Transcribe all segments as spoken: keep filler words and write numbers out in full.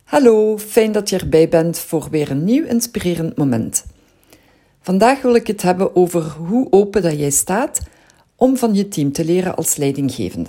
Hallo, fijn dat je erbij bent voor weer een nieuw inspirerend moment. Vandaag wil ik het hebben over hoe open dat jij staat om van je team te leren als leidinggevende.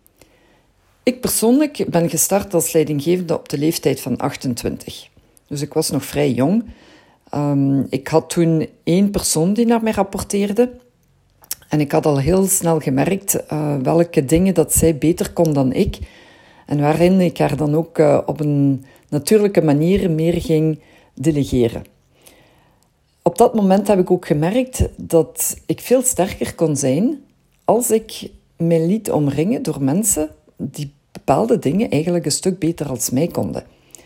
Ik persoonlijk ben gestart als leidinggevende op de leeftijd van achtentwintig. Dus ik was nog vrij jong. Um, ik had toen één persoon die naar mij rapporteerde. En ik had al heel snel gemerkt uh, welke dingen dat zij beter kon dan ik. En waarin ik haar dan ook uh, op een natuurlijke manier meer ging delegeren. Op dat moment heb ik ook gemerkt dat ik veel sterker kon zijn als ik mij liet omringen door mensen die bepaalde dingen eigenlijk een stuk beter als mij konden.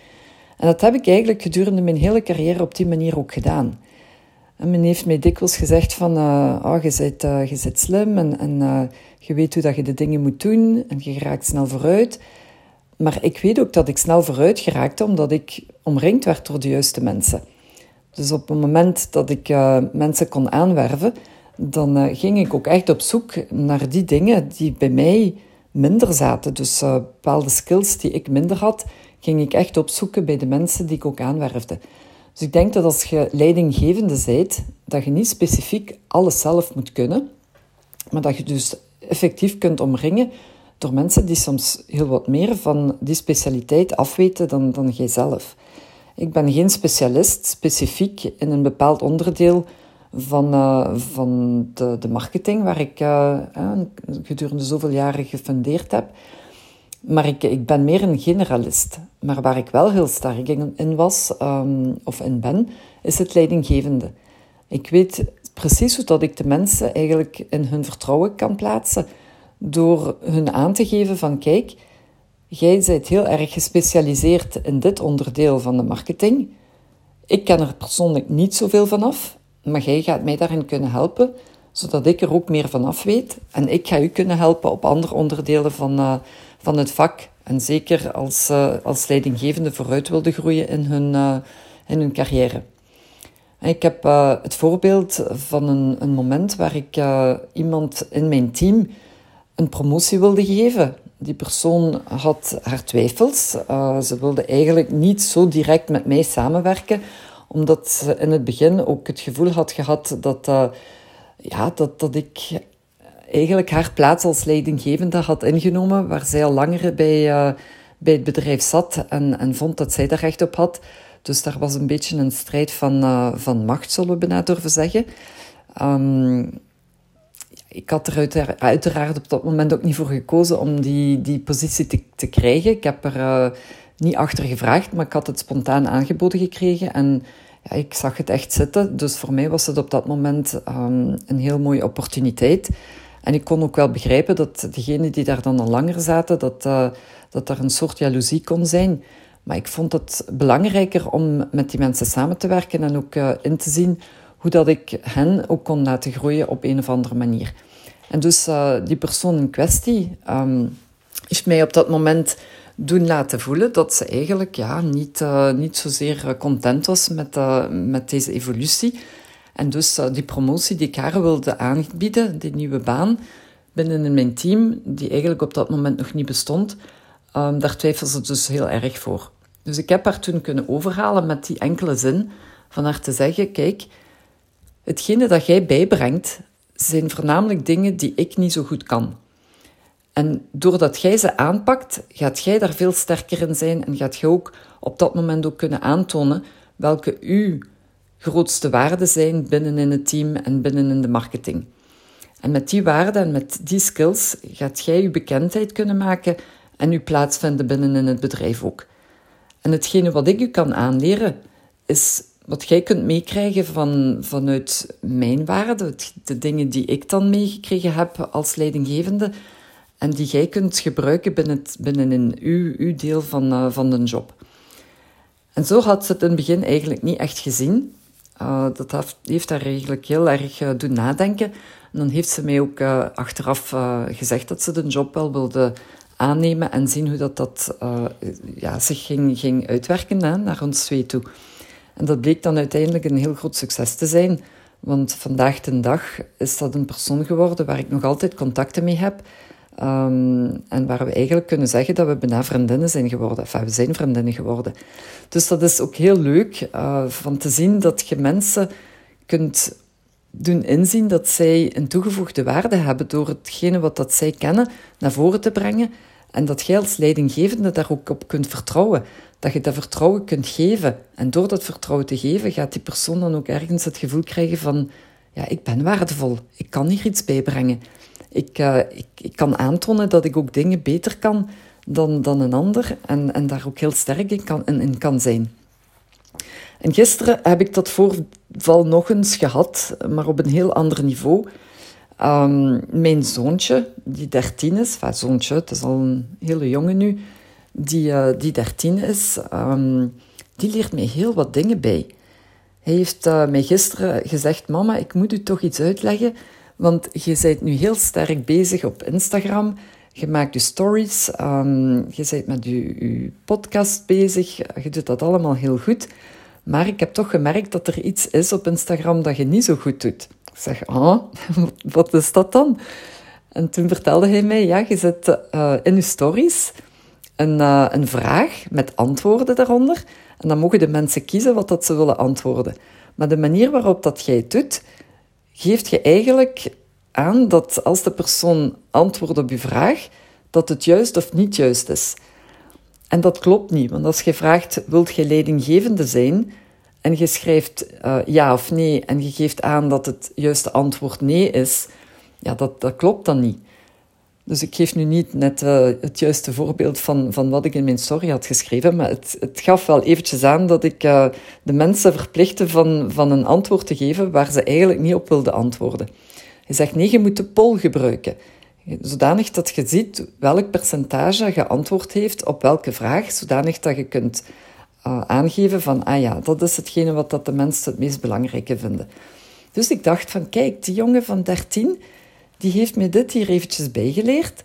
En dat heb ik eigenlijk gedurende mijn hele carrière op die manier ook gedaan. En men heeft mij dikwijls gezegd van, uh, oh, je, bent, uh, je bent slim en, en uh, je weet hoe dat je de dingen moet doen en je raakt snel vooruit. Maar ik weet ook dat ik snel vooruit geraakte omdat ik omringd werd door de juiste mensen. Dus op het moment dat ik uh, mensen kon aanwerven, dan uh, ging ik ook echt op zoek naar die dingen die bij mij minder zaten. Dus uh, bepaalde skills die ik minder had, ging ik echt opzoeken bij de mensen die ik ook aanwerfde. Dus ik denk dat als je leidinggevende bent, dat je niet specifiek alles zelf moet kunnen, maar dat je dus effectief kunt omringen door mensen die soms heel wat meer van die specialiteit afweten dan, dan jijzelf. Ik ben geen specialist, specifiek in een bepaald onderdeel van, uh, van de, de marketing, waar ik uh, uh, gedurende zoveel jaren gefundeerd heb. Maar ik, ik ben meer een generalist. Maar waar ik wel heel sterk in, in was, um, of in ben, is het leidinggevende. Ik weet precies hoe dat ik de mensen eigenlijk in hun vertrouwen kan plaatsen, door hun aan te geven van, kijk, jij bent heel erg gespecialiseerd in dit onderdeel van de marketing. Ik ken er persoonlijk niet zoveel van af, maar jij gaat mij daarin kunnen helpen, zodat ik er ook meer van af weet. En ik ga u kunnen helpen op andere onderdelen van, uh, van het vak. En zeker als, uh, als leidinggevende vooruit wilde groeien in hun, uh, in hun carrière. En ik heb uh, het voorbeeld van een, een moment waar ik uh, iemand in mijn team een promotie wilde geven. Die persoon had haar twijfels. Uh, ze wilde eigenlijk niet zo direct met mij samenwerken, omdat ze in het begin ook het gevoel had gehad dat, uh, ja, dat, dat ik eigenlijk haar plaats als leidinggevende had ingenomen, waar zij al langer bij, uh, bij het bedrijf zat en, en vond dat zij daar recht op had. Dus daar was een beetje een strijd van, uh, van macht, zullen we bijna durven zeggen. Um, Ik had er uiteraard op dat moment ook niet voor gekozen om die, die positie te, te krijgen. Ik heb er uh, niet achter gevraagd, maar ik had het spontaan aangeboden gekregen. En ja, ik zag het echt zitten. Dus voor mij was het op dat moment um, een heel mooie opportuniteit. En ik kon ook wel begrijpen dat degenen die daar dan al langer zaten, dat, uh, dat er een soort jaloezie kon zijn. Maar ik vond het belangrijker om met die mensen samen te werken en ook uh, in te zien hoe dat ik hen ook kon laten groeien op een of andere manier. En dus uh, die persoon in kwestie um, is mij op dat moment doen laten voelen dat ze eigenlijk ja, niet, uh, niet zozeer content was met, uh, met deze evolutie. En dus uh, die promotie die ik haar wilde aanbieden, die nieuwe baan binnen mijn team, die eigenlijk op dat moment nog niet bestond, um, daar twijfelde ze dus heel erg voor. Dus ik heb haar toen kunnen overhalen met die enkele zin van haar te zeggen, kijk, hetgene dat jij bijbrengt, zijn voornamelijk dingen die ik niet zo goed kan. En doordat jij ze aanpakt, gaat jij daar veel sterker in zijn en gaat je ook op dat moment ook kunnen aantonen welke uw grootste waarden zijn binnen in het team en binnen in de marketing. En met die waarden en met die skills gaat jij je bekendheid kunnen maken en je plaatsvinden binnen in het bedrijf ook. En hetgene wat ik u kan aanleren, is wat jij kunt meekrijgen van, vanuit mijn waarden, de dingen die ik dan meegekregen heb als leidinggevende, en die jij kunt gebruiken binnen, binnen in uw, uw deel van, uh, van de job. En zo had ze het in het begin eigenlijk niet echt gezien. Uh, dat heeft, heeft haar eigenlijk heel erg uh, doen nadenken. En dan heeft ze mij ook uh, achteraf uh, gezegd dat ze de job wel wilde aannemen en zien hoe dat, dat uh, ja, zich ging, ging uitwerken hè, naar ons twee toe. En dat bleek dan uiteindelijk een heel groot succes te zijn. Want vandaag de dag is dat een persoon geworden waar ik nog altijd contacten mee heb. Um, en waar we eigenlijk kunnen zeggen dat we bijna vriendinnen zijn geworden. Enfin, we zijn vriendinnen geworden. Dus dat is ook heel leuk uh, van te zien dat je mensen kunt doen inzien dat zij een toegevoegde waarde hebben door hetgene wat dat zij kennen naar voren te brengen. En dat jij als leidinggevende daar ook op kunt vertrouwen. Dat je dat vertrouwen kunt geven. En door dat vertrouwen te geven, gaat die persoon dan ook ergens het gevoel krijgen van... Ja, ik ben waardevol. Ik kan hier iets bijbrengen. Ik, uh, ik, ik kan aantonen dat ik ook dingen beter kan dan, dan een ander. En, en daar ook heel sterk in kan, in, in kan zijn. En gisteren heb ik dat voorval nog eens gehad, maar op een heel ander niveau. Um, mijn zoontje, die dertien is, enfin zoontje, het is al een hele jongen nu, die, uh, die dertien is, um, die leert mij heel wat dingen bij. Hij heeft uh, mij gisteren gezegd, mama, ik moet u toch iets uitleggen, want je bent nu heel sterk bezig op Instagram, je maakt je stories, um, je bent met je, je podcast bezig, je doet dat allemaal heel goed, maar ik heb toch gemerkt dat er iets is op Instagram dat je niet zo goed doet. Ik zeg, ah, wat is dat dan? En toen vertelde hij mij, ja, je zet uh, in je stories een, uh, een vraag met antwoorden daaronder. En dan mogen de mensen kiezen wat dat ze willen antwoorden. Maar de manier waarop dat jij het doet, geeft je eigenlijk aan dat als de persoon antwoordt op je vraag, dat het juist of niet juist is. En dat klopt niet, want als je vraagt, wilt je leidinggevende zijn... en je schrijft uh, ja of nee en je geeft aan dat het juiste antwoord nee is, ja, dat, dat klopt dan niet. Dus ik geef nu niet net uh, het juiste voorbeeld van, van wat ik in mijn story had geschreven, maar het, het gaf wel eventjes aan dat ik uh, de mensen verplichtte van, van een antwoord te geven waar ze eigenlijk niet op wilden antwoorden. Hij zegt, nee, je moet de poll gebruiken. Zodanig dat je ziet welk percentage geantwoord heeft op welke vraag, zodanig dat je kunt uh, aangeven van, ah ja, dat is hetgene wat dat de mensen het meest belangrijke vinden. Dus ik dacht van, kijk, die jongen van dertien, die heeft mij dit hier eventjes bijgeleerd.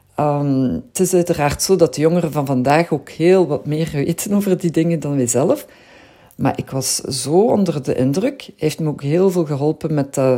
Um, het is uiteraard zo dat de jongeren van vandaag ook heel wat meer weten over die dingen dan wij zelf. Maar ik was zo onder de indruk. Hij heeft me ook heel veel geholpen met uh,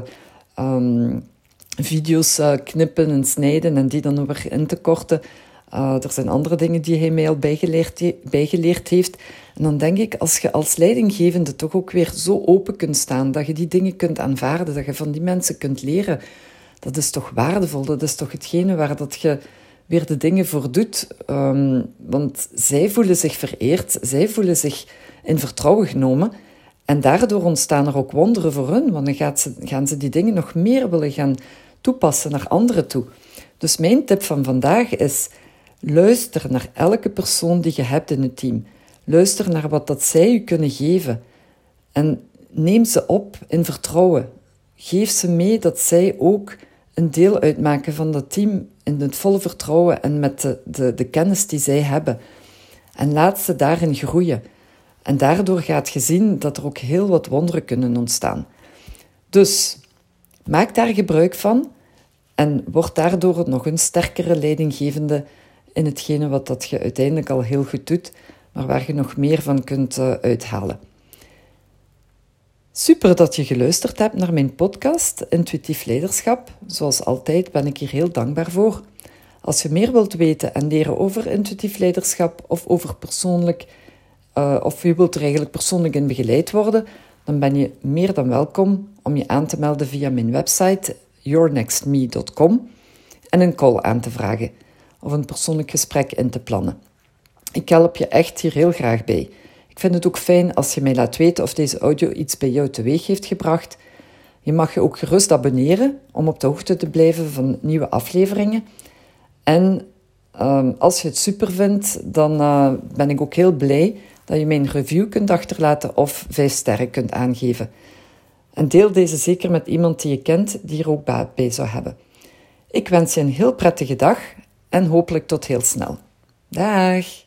um, video's uh, knippen en snijden en die dan weer in te korten. Uh, er zijn andere dingen die hij mij al bijgeleerd, he- bijgeleerd heeft. En dan denk ik, als je als leidinggevende toch ook weer zo open kunt staan, dat je die dingen kunt aanvaarden, dat je van die mensen kunt leren, dat is toch waardevol. Dat is toch hetgene waar dat je weer de dingen voor doet. Um, want zij voelen zich vereerd, zij voelen zich in vertrouwen genomen. En daardoor ontstaan er ook wonderen voor hun, want dan gaat ze, gaan ze die dingen nog meer willen gaan toepassen naar anderen toe. Dus mijn tip van vandaag is, luister naar elke persoon die je hebt in het team. Luister naar wat dat zij je kunnen geven. En neem ze op in vertrouwen. Geef ze mee dat zij ook een deel uitmaken van dat team in het volle vertrouwen en met de, de, de kennis die zij hebben. En laat ze daarin groeien. En daardoor gaat je zien dat er ook heel wat wonderen kunnen ontstaan. Dus maak daar gebruik van en word daardoor nog een sterkere leidinggevende in hetgene wat dat je uiteindelijk al heel goed doet, maar waar je nog meer van kunt uh, uithalen. Super dat je geluisterd hebt naar mijn podcast Intuïtief Leiderschap. Zoals altijd ben ik hier heel dankbaar voor. Als je meer wilt weten en leren over intuïtief leiderschap of over persoonlijk, uh, of je wilt er eigenlijk persoonlijk in begeleid worden, dan ben je meer dan welkom om je aan te melden via mijn website your next me dot com en een call aan te vragen of een persoonlijk gesprek in te plannen. Ik help je echt hier heel graag bij. Ik vind het ook fijn als je mij laat weten of deze audio iets bij jou teweeg heeft gebracht. Je mag je ook gerust abonneren om op de hoogte te blijven van nieuwe afleveringen. En um, als je het super vindt, dan uh, ben ik ook heel blij dat je mij een review kunt achterlaten of vijf sterren kunt aangeven. En deel deze zeker met iemand die je kent die er ook baat bij zou hebben. Ik wens je een heel prettige dag en hopelijk tot heel snel. Dag!